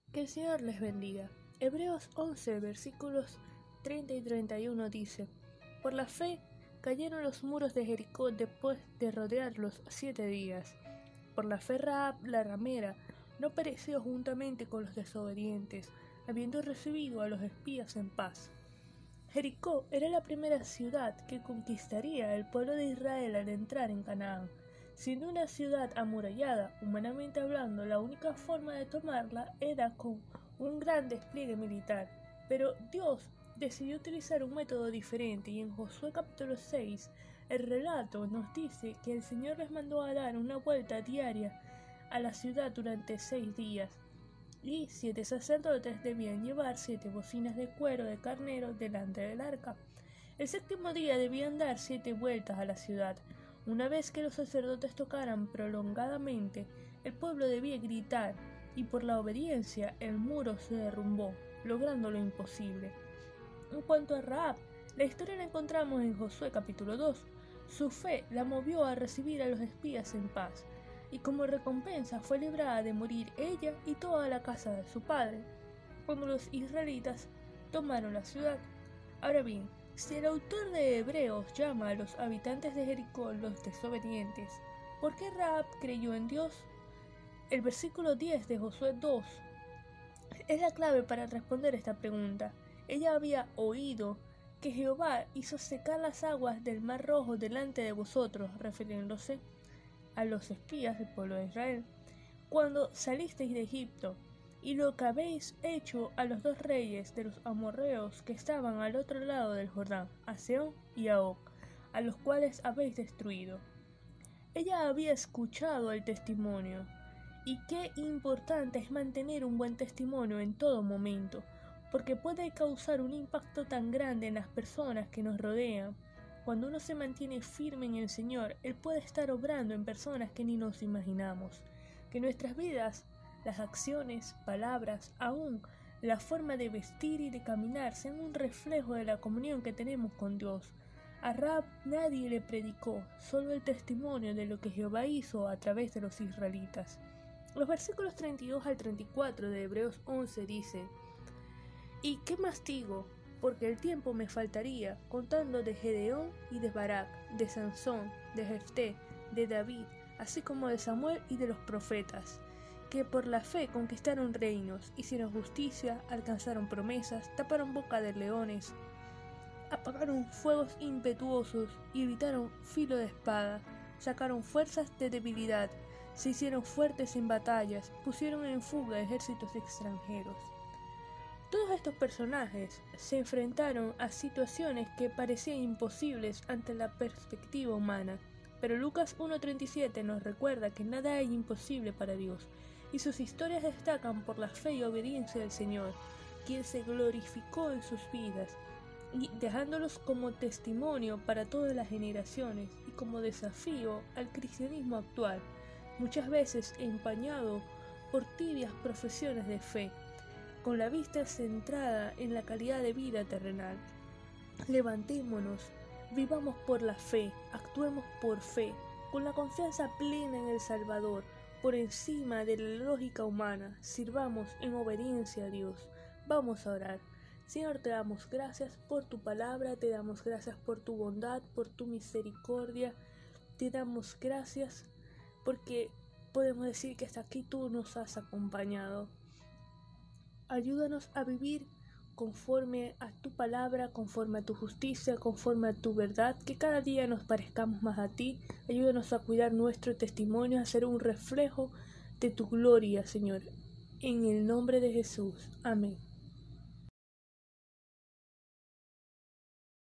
Que el Señor les bendiga. Hebreos 11, versículos 30 y 31 dice: Por la fe cayeron los muros de Jericó después de rodearlos 7 días. Por la fe Rahab la ramera no pereció juntamente con los desobedientes, habiendo recibido a los espías en paz. Jericó era la primera ciudad que conquistaría el pueblo de Israel al entrar en Canaán. Siendo una ciudad amurallada, humanamente hablando, la única forma de tomarla era con un gran despliegue militar. Pero Dios decidió utilizar un método diferente, y en Josué capítulo 6, el relato nos dice que el Señor les mandó a dar una vuelta diaria a la ciudad durante 6 días. Y 7 sacerdotes debían llevar 7 bocinas de cuero de carnero delante del arca. El séptimo día debían dar 7 vueltas a la ciudad. Una vez que los sacerdotes tocaran prolongadamente, el pueblo debía gritar, y por la obediencia el muro se derrumbó, logrando lo imposible. En cuanto a Rahab, la historia la encontramos en Josué capítulo 2. Su fe la movió a recibir a los espías en paz, y como recompensa fue librada de morir ella y toda la casa de su padre, cuando los israelitas tomaron la ciudad. Ahora bien, si el autor de Hebreos llama a los habitantes de Jericó los desobedientes, ¿por qué Rahab creyó en Dios? El versículo 10 de Josué 2 es la clave para responder esta pregunta. Ella había oído que Jehová hizo secar las aguas del Mar Rojo delante de vosotros, refiriéndose a los espías del pueblo de Israel, cuando salisteis de Egipto, y lo que habéis hecho a los 2 reyes de los amorreos que estaban al otro lado del Jordán, a Sehón y a Og, a los cuales habéis destruido. Ella había escuchado el testimonio, y qué importante es mantener un buen testimonio en todo momento, porque puede causar un impacto tan grande en las personas que nos rodean. Cuando uno se mantiene firme en el Señor, Él puede estar obrando en personas que ni nos imaginamos. Que nuestras vidas, las acciones, palabras, aún la forma de vestir y de caminar sean un reflejo de la comunión que tenemos con Dios. A Rahab nadie le predicó, solo el testimonio de lo que Jehová hizo a través de los israelitas. Los versículos 32 al 34 de Hebreos 11 dicen: ¿Y qué más digo? Porque el tiempo me faltaría, contando de Gedeón y de Barak, de Sansón, de Jefté, de David, así como de Samuel y de los profetas, que por la fe conquistaron reinos, hicieron justicia, alcanzaron promesas, taparon boca de leones, apagaron fuegos impetuosos y evitaron filo de espada, sacaron fuerzas de debilidad, se hicieron fuertes en batallas, pusieron en fuga ejércitos extranjeros. Todos estos personajes se enfrentaron a situaciones que parecían imposibles ante la perspectiva humana, pero Lucas 1:37 nos recuerda que nada hay imposible para Dios, y sus historias destacan por la fe y obediencia del Señor, quien se glorificó en sus vidas, y dejándolos como testimonio para todas las generaciones y como desafío al cristianismo actual, muchas veces empañado por tibias profesiones de fe, con la vista centrada en la calidad de vida terrenal. Levantémonos, vivamos por la fe, actuemos por fe, con la confianza plena en el Salvador, por encima de la lógica humana, sirvamos en obediencia a Dios. Vamos a orar. Señor, te damos gracias por tu palabra, te damos gracias por tu bondad, por tu misericordia, te damos gracias porque podemos decir que hasta aquí tú nos has acompañado. Ayúdanos a vivir conforme a tu palabra, conforme a tu justicia, conforme a tu verdad, que cada día nos parezcamos más a ti. Ayúdanos a cuidar nuestro testimonio, a ser un reflejo de tu gloria, Señor. En el nombre de Jesús. Amén.